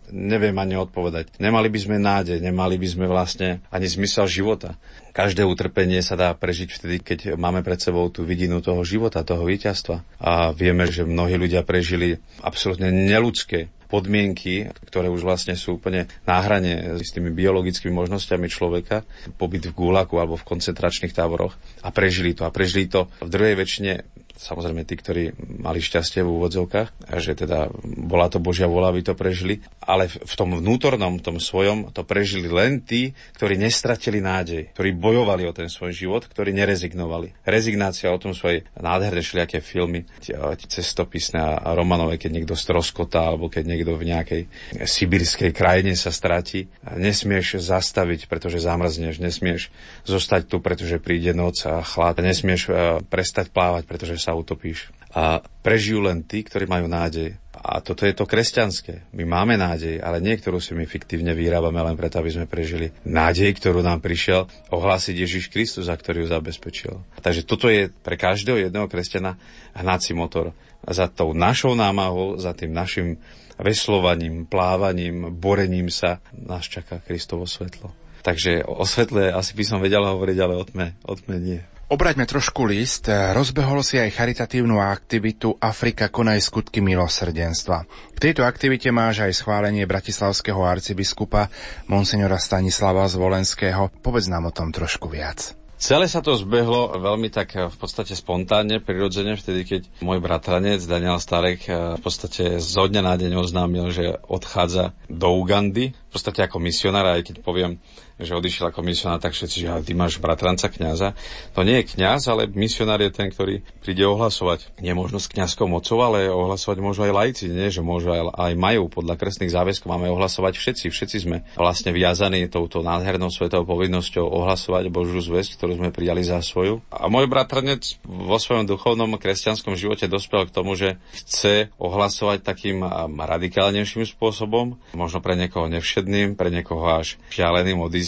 neviem ani odpovedať. Nemali by sme nádej, nemali by sme vlastne ani zmysel života. Každé utrpenie sa dá prežiť vtedy, keď máme pred sebou tú vidinu toho života, toho víťazstva. A vieme, že mnohí ľudia prežili absolútne neľudské podmienky, ktoré už vlastne sú úplne na hrane s tými biologickými možnosťami človeka, pobyt v gulagu alebo v koncentračných táboroch a prežili to. A prežili to v druhej väčšine, samozrejme tí, ktorí mali šťastie v úvodzovkách, že teda bola to Božia vôľa, aby to prežili, ale v tom vnútornom, tom svojom, to prežili len tí, ktorí nestratili nádej, ktorí bojovali o ten svoj život, ktorí nerezignovali. Rezignácia, o tom sú aj nádherné všelijaké filmy, cestopisné a romanové, keď niekto stroskotá, alebo keď niekto v nejakej sibírskej krajine sa stratí. Nesmieš zastaviť, pretože zamrzneš, nesmieš zostať tu, pretože príde noc a chlad, nesmieš prestať plávať, pretože sa utopíš. A prežijú len tí, ktorí majú nádej. A toto je to kresťanské. My máme nádej, ale niektorú si my fiktívne vyrábame len preto, aby sme prežili nádej, ktorú nám prišiel ohlásiť Ježiš Kristus, za ktorý ju zabezpečil. Takže toto je pre každého jedného kresťana hnací motor. Za tou našou námahou, za tým našim veslovaním, plávaním, borením sa nás čaká Kristovo svetlo. Takže o svetle asi by som vedel hovoriť, ale o tme nie. Obraťme trošku list. Rozbehol si aj charitatívnu aktivitu Afrika konaj skutky milosrdenstva. K tejto aktivite máš aj schválenie bratislavského arcibiskupa monsignora Stanislava Zvolenského. Povedz nám o tom trošku viac. Celé sa to zbehlo veľmi tak v podstate spontánne, prirodzene, vtedy, keď môj bratranec Daniel Starek v podstate zo dňa na deň oznámil, že odchádza do Ugandy. V podstate ako misionár, aj keď poviem, že odišiel ako misionár, tak všetci, že ty máš bratranca kňaza. To nie je kňaz, ale misionár je ten, ktorý príde ohlasovať. Nie možno s kňazskou mocou, ale ohlasovať môžu aj laici, nie, že môžu aj majú. Podľa krstných záväzkov máme ohlasovať všetci. Všetci sme vlastne viazaní touto nádhernou svetovou povinnosťou ohlasovať Božiu zvesť, ktorú sme prijali za svoju. A môj bratranec vo svojom duchovnom kresťanskom živote dospel k tomu, že chce ohlasovať takým radikálnejším spôsobom, možno pre niekoho nevšedným, pre niekoho až šialeným odísť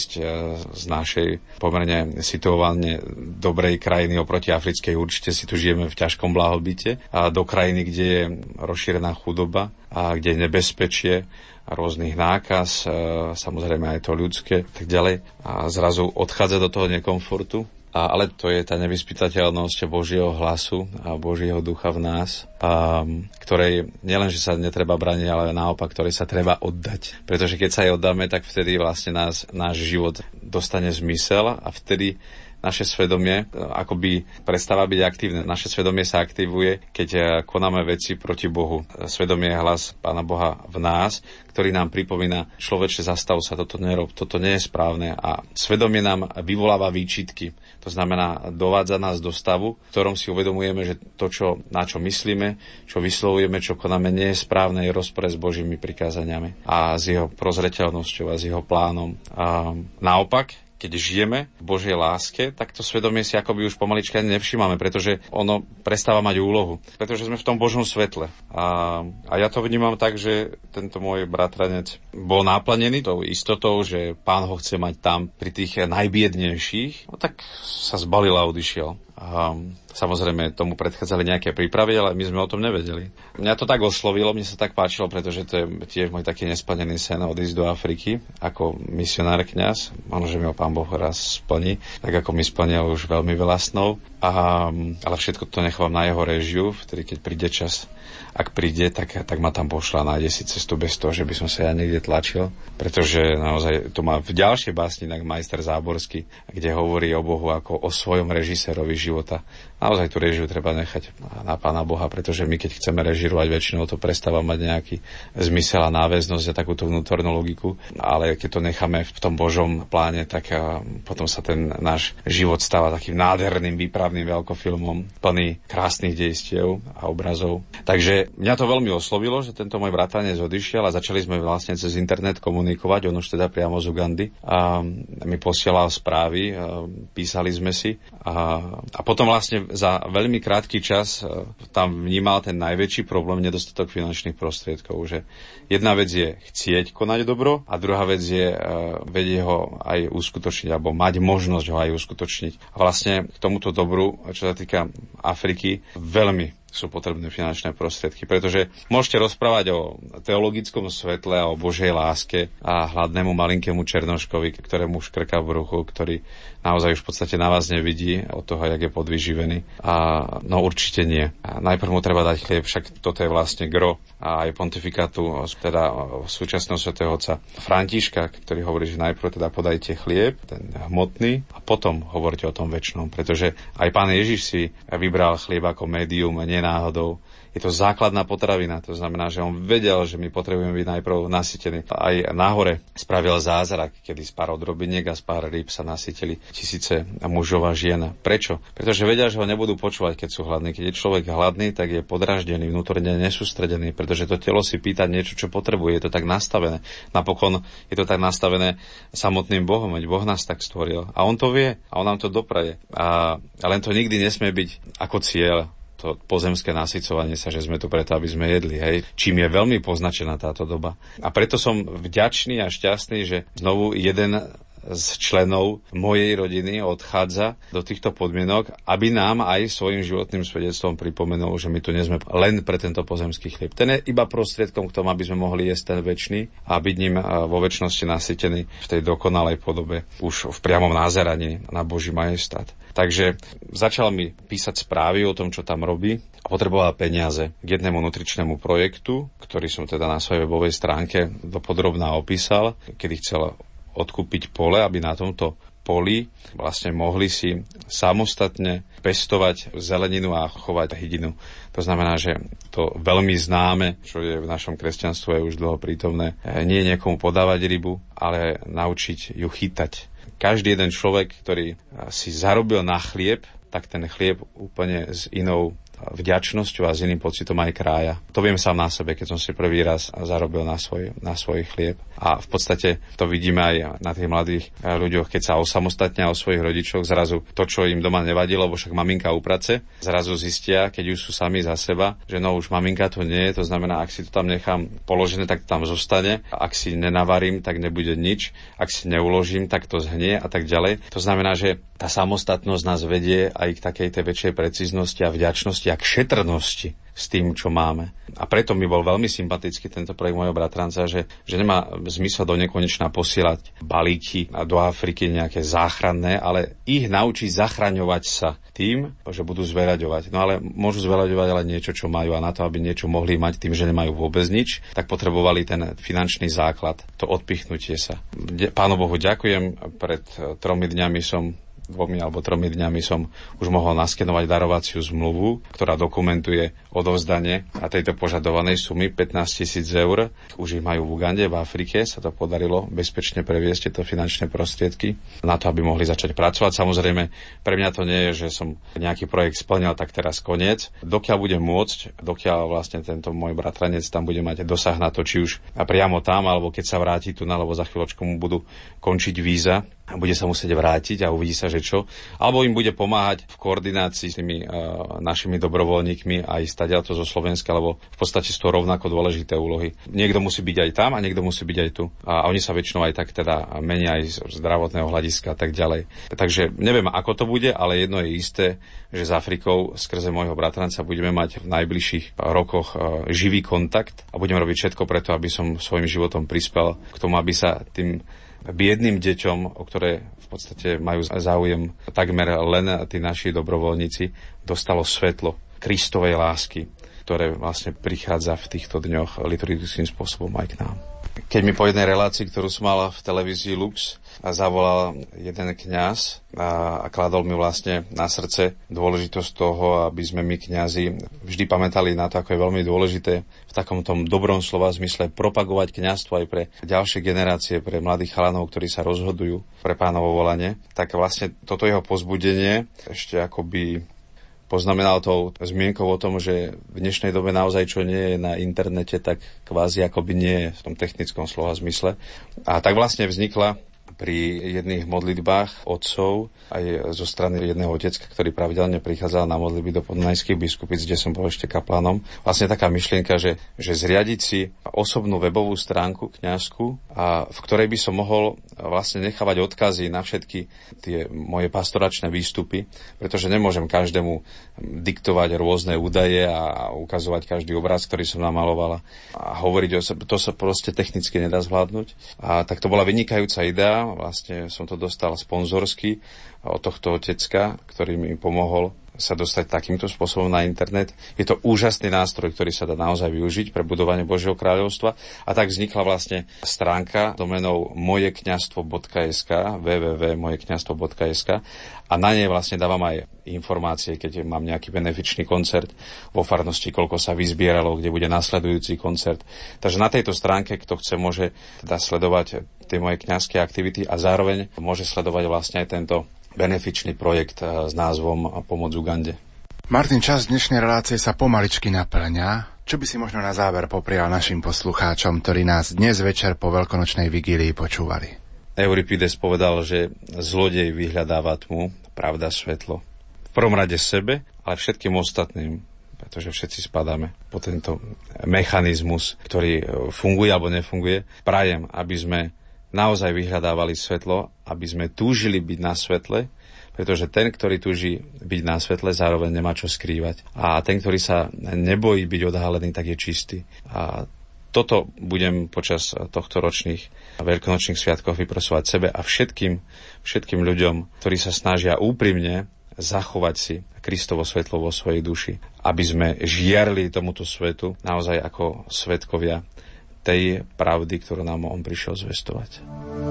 z našej pomerne situované dobrej krajiny oproti africkej. Určite si tu žijeme v ťažkom blahobite a do krajiny, kde je rozšírená chudoba a kde je nebezpečie rôznych nákaz, samozrejme aj to ľudské, tak ďalej. A zrazu odchádza do toho nekomfortu. Ale to je tá nevyspytateľnosť Božieho hlasu a Božieho ducha v nás, ktorej nielenže sa netreba brániť, ale naopak, ktorej sa treba oddať. Pretože keď sa jej oddáme, tak vtedy vlastne náš život dostane zmysel a vtedy naše svedomie akoby prestáva byť aktívne. Naše svedomie sa aktivuje, keď konáme veci proti Bohu. Svedomie je hlas Pána Boha v nás, ktorý nám pripomína: človeče, zastav sa, toto nerob, toto nie je správne. A svedomie nám vyvoláva výčitky. To znamená, dovádza nás do stavu, v ktorom si uvedomujeme, že to, na čo myslíme, čo vyslovujeme, čo konáme, nie je správne, je rozpore s Božími prikázaniami a s jeho prozreteľnosťou a s jeho plánom. A naopak, keď žijeme v Božej láske, tak to svedomie si akoby už pomalička nevšímame, pretože ono prestáva mať úlohu. Pretože sme v tom Božom svetle. A ja to vnímam tak, že tento môj bratranec bol naplnený tou istotou, že Pán ho chce mať tam pri tých najbiednejších. No tak sa zbalil a odišiel. A samozrejme tomu predchádzali nejaké prípravy, ale my sme o tom nevedeli. Mňa to tak oslovilo, mne sa tak páčilo, pretože to je tiež môj taký nesplnený sen odísť do Afriky ako misionár kňaz. Možno, že mi ho Pán Boh raz splní, tak ako mi splnil už veľmi veľa snov. Ale všetko to nechávam na jeho réžiu, vtedy keď príde čas. Ak príde, tak ma tam pošla, nájde si cestu bez toho, že by som sa ja niekde tlačil. Pretože naozaj to má v ďalšej básni majster Záborský, kde hovorí o Bohu ako o svojom režisérovi života. Naozaj tú režiu treba nechať na Pána Boha, pretože my keď chceme režirovať, väčšinou to prestáva mať nejaký zmysel a náväznosť a takúto vnútornú logiku. Ale keď to necháme v tom Božom pláne, tak potom sa ten náš život stáva takým nádherným výpravným veľkofilmom, plný krásnych dejstiev a obrazov. Takže mňa to veľmi oslovilo, že tento môj bratranec odišiel a začali sme vlastne cez internet komunikovať, on už teda priamo z Ugandy a mi posielal správy, písali sme si a potom vlastne za veľmi krátky čas tam vnímal ten najväčší problém, nedostatok finančných prostriedkov, že jedna vec je chcieť konať dobro a druhá vec je vedieť ho aj uskutočniť alebo mať možnosť ho aj uskutočniť. A vlastne k tomuto dobru, čo sa týka Afriky, veľmi sú potrebné finančné prostriedky, pretože môžete rozprávať o teologickom svetle a o Božej láske a hladnému malinkému Černoškovi, ktorému škrká v bruchu, ktorý naozaj už v podstate na vás nevidí od toho, jak je podvyživený. A no určite nie. A najprv mu treba dať chlieb, však toto je vlastne gro a aj pontifikátu, teda súčasného svätého otca Františka, ktorý hovorí, že najprv teda podajte chlieb, ten hmotný, a potom hovorte o tom večnom, pretože aj Pán Ježiš si vybral chlieb ako médium, nie náhodou. Je to základná potravina, to znamená, že on vedel, že my potrebujeme byť najprv nasytení. Aj nahore spravil zázrak, kedy z pár odrobiniek a z pár rýb sa nasytili tisíce mužov a žien. Prečo? Pretože vedia, že ho nebudú počúvať, keď sú hladní. Keď je človek hladný, tak je podraždený, vnútorne nesústredený, pretože to telo si pýta niečo, čo potrebuje. Je to tak nastavené. Napokon je to tak nastavené samotným Bohom, veď Boh nás tak stvoril. A on to vie a on nám to dopraje. A len to nikdy nesmie byť ako cieľ, to pozemské nasycovanie sa, že sme tu preto, aby sme jedli, hej. Čím je veľmi poznačená táto doba. A preto som vďačný a šťastný, že znovu jeden z členov mojej rodiny odchádza do týchto podmienok, aby nám aj svojim životným svedectvom pripomenul, že my tu nie sme len pre tento pozemský chlieb. Ten je iba prostriedkom k tomu, aby sme mohli jesť ten večný a byť ním vo večnosti nasytení v tej dokonalej podobe už v priamom názeraní na Boží majestát. Takže začal mi písať správy o tom, čo tam robí a potreboval peniaze k jednému nutričnému projektu, ktorý som teda na svojej webovej stránke dopodrobná opísal, kedy chcel odkúpiť pole, aby na tomto poli vlastne mohli si samostatne pestovať zeleninu a chovať hydinu. To znamená, že to veľmi známe, čo je v našom kresťanstve už dlho prítomné, nie niekomu podávať rybu, ale naučiť ju chytať. Každý jeden človek, ktorý si zarobil na chlieb, tak ten chlieb úplne s inou vďačnosťou a s iným pocitom aj krája. To viem sám na sebe, keď som si prvý raz zarobil na svoj chlieb. A v podstate to vidíme aj na tých mladých ľuďoch, keď sa osamostatnia o svojich rodičoch, zrazu to, čo im doma nevadilo, lebo však maminka uprace, zrazu zistia, keď už sú sami za seba, že no už maminka to nie je, to znamená, ak si to tam nechám položené, tak to tam zostane, ak si nenavarím, tak nebude nič, ak si neuložím, tak to zhnie a tak ďalej. To znamená, že tá samostatnosť nás vedie aj k takej tej väčšej precíznosti a vďačnosti a k šetrnosti s tým, čo máme. A preto mi bol veľmi sympatický tento projekt mojho bratranca, že nemá zmysel do nekonečna posielať balíky do Afriky nejaké záchranné, ale ich naučiť zachraňovať sa tým, že budú zveľaďovať. No ale môžu zveľaďovať ale niečo, čo majú, a na to, aby niečo mohli mať tým, že nemajú vôbec nič, tak potrebovali ten finančný základ, to odpichnutie sa. Pánu Bohu ďakujem, pred 2 dňami som už mohol naskenovať darovaciu zmluvu, ktorá dokumentuje odovzdanie a tejto požadovanej sumy 15 000 eur. Už ich majú v Ugande, v Afrike, sa to podarilo bezpečne previesť tieto finančné prostriedky na to, aby mohli začať pracovať. Samozrejme, pre mňa to nie je, že som nejaký projekt splnil, tak teraz koniec. Dokiaľ budem môcť, dokiaľ vlastne tento môj bratranec tam bude mať dosah na to, či už priamo tam, alebo keď sa vráti tu, alebo za chvíľočku mu budú končiť víza, bude sa musieť vrátiť a uvidí sa, že čo. Alebo im bude pomáhať v koordinácii s tými našimi dobrovoľníkmi aj stadiaľto zo Slovenska, lebo v podstate sú to rovnako dôležité úlohy. Niekto musí byť aj tam a niekto musí byť aj tu. A oni sa väčšinou aj tak teda menia aj z zdravotného hľadiska a tak ďalej. Takže neviem, ako to bude, ale jedno je isté, že s Afrikou skrze môjho bratranca budeme mať v najbližších rokoch živý kontakt a budeme robiť všetko preto, aby som svojim životom prispel k tomu, aby sa tým biedným deťom, o ktoré v podstate majú záujem takmer len tí naši dobrovoľníci, dostalo svetlo Kristovej lásky, ktoré vlastne prichádza v týchto dňoch liturgickým spôsobom aj k nám. Keď mi po jednej relácii, ktorú som mal v televízii Lux, zavolal jeden kňaz a kladol mi vlastne na srdce dôležitosť toho, aby sme my kňazi vždy pamätali na to, ako je veľmi dôležité v takom tom dobrom slova zmysle propagovať kňazstvo aj pre ďalšie generácie, pre mladých chalanov, ktorí sa rozhodujú pre Pánovo volanie, tak vlastne toto jeho povzbudenie ešte akoby poznamenal tou zmienkou o tom, že v dnešnej dobe naozaj čo nie je na internete, tak kvázi akoby nie je v tom technickom slova zmysle. A tak vlastne vznikla pri jedných modlitbách otcov, aj zo strany jedného otecka, ktorý pravidelne prichádzal na modlitby do Podunajských Biskupic, kde som bol ešte kaplánom. Vlastne taká myšlienka, že zriadiť si osobnú webovú stránku kňazskú, v ktorej by som mohol vlastne nechávať odkazy na všetky tie moje pastoračné výstupy, pretože nemôžem každému diktovať rôzne údaje a ukazovať každý obraz, ktorý som namalovala a hovoriť o sebe. To sa proste technicky nedá zvládnuť. A tak to bola vynikajúca idea. Vlastne som to dostal sponzorsky od tohto otecka, ktorý mi pomohol sa dostať takýmto spôsobom na internet. Je to úžasný nástroj, ktorý sa dá naozaj využiť pre budovanie Božieho kráľovstva. A tak vznikla vlastne stránka domenou mojekňazstvo.sk, www.mojekňazstvo.sk, a na nej vlastne dávam aj informácie, keď mám nejaký benefičný koncert vo farnosti, koľko sa vyzbieralo, kde bude nasledujúci koncert. Takže na tejto stránke, kto chce, môže teda sledovať tie moje kňazské aktivity a zároveň môže sledovať vlastne aj tento benefičný projekt s názvom Pomoc Ugande. Martin, čas dnešnej relácie sa pomaličky naplňa. Čo by si možno na záver poprial našim poslucháčom, ktorí nás dnes večer po veľkonočnej vigílii počúvali? Euripides povedal, že zlodej vyhľadáva tmu, pravda svetlo. V prvom rade sebe, ale všetkým ostatným, pretože všetci spadáme po tento mechanizmus, ktorý funguje alebo nefunguje. Prajem, aby sme naozaj vyhľadávali svetlo, aby sme túžili byť na svetle, pretože ten, ktorý túži byť na svetle, zároveň nemá čo skrývať. A ten, ktorý sa nebojí byť odhalený, tak je čistý. A toto budem počas tohto ročných veľkonočných sviatkov vyprosovať sebe a všetkým ľuďom, ktorí sa snažia úprimne zachovať si Kristovo svetlo vo svojej duši, aby sme žiarli tomuto svetu naozaj ako svedkovia tej pravdy, ktorú nám on prišiel zvestovať.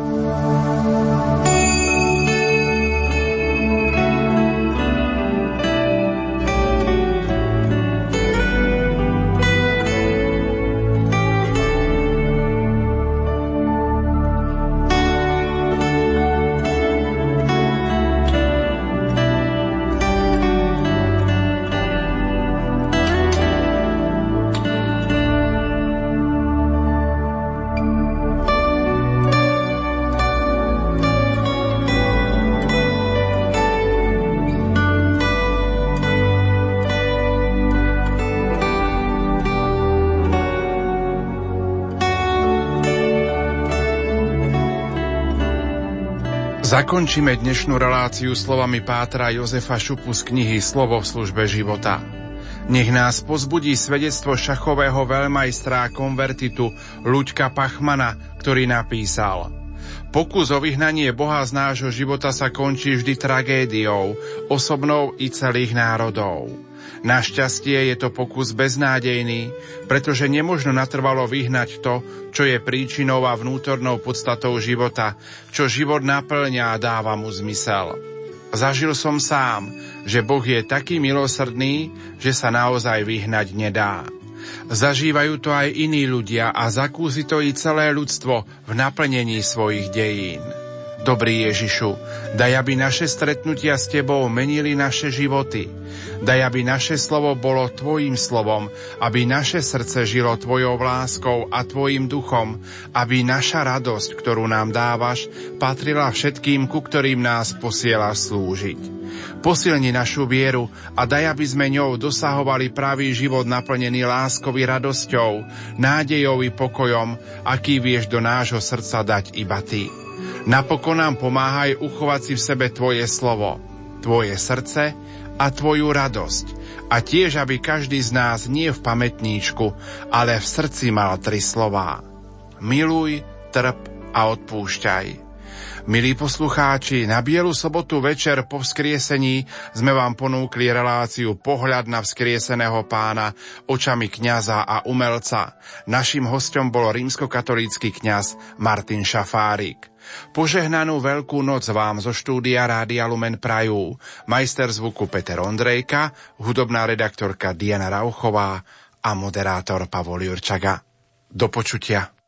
Zakončíme dnešnú reláciu slovami pátra Jozefa Šupu z knihy Slovo v službe života. Nech nás pozbudí svedectvo šachového veľmajstra konvertitu Ľuďka Pachmana, ktorý napísal: Pokus o vyhnanie Boha z nášho života sa končí vždy tragédiou, osobnou i celých národov. Našťastie je to pokus beznádejný, pretože nemožno natrvalo vyhnať to, čo je príčinou a vnútornou podstatou života, čo život naplňa a dáva mu zmysel. Zažil som sám, že Boh je taký milosrdný, že sa naozaj vyhnať nedá. Zažívajú to aj iní ľudia a zakúsi to i celé ľudstvo v naplnení svojich dejín. Dobrý Ježišu, daj, aby naše stretnutia s Tebou menili naše životy. Daj, aby naše slovo bolo Tvojim slovom, aby naše srdce žilo Tvojou láskou a Tvojim duchom, aby naša radosť, ktorú nám dávaš, patrila všetkým, ku ktorým nás posielaš slúžiť. Posilni našu vieru a daj, aby sme ňou dosahovali pravý život naplnený láskou i radosťou, nádejou i pokojom, aký vieš do nášho srdca dať iba Ty. Napokon nám pomáhaj uchovať si v sebe Tvoje slovo, Tvoje srdce a Tvoju radosť. A tiež, aby každý z nás nie v pamätníčku, ale v srdci mal 3 slová. Miluj, trp a odpúšťaj. Milí poslucháči, na Bielu sobotu večer po vzkriesení sme vám ponúkli reláciu Pohľad na vzkrieseného Pána očami kňaza a umelca. Naším hosťom bol rímskokatolícky kňaz Martin Šafárik. Požehnanú Veľkú noc vám zo štúdia Rádia Lumen prajú majster zvuku Peter Ondrejka, hudobná redaktorka Diana Rauchová a moderátor Pavol Jurčaga. Do počutia.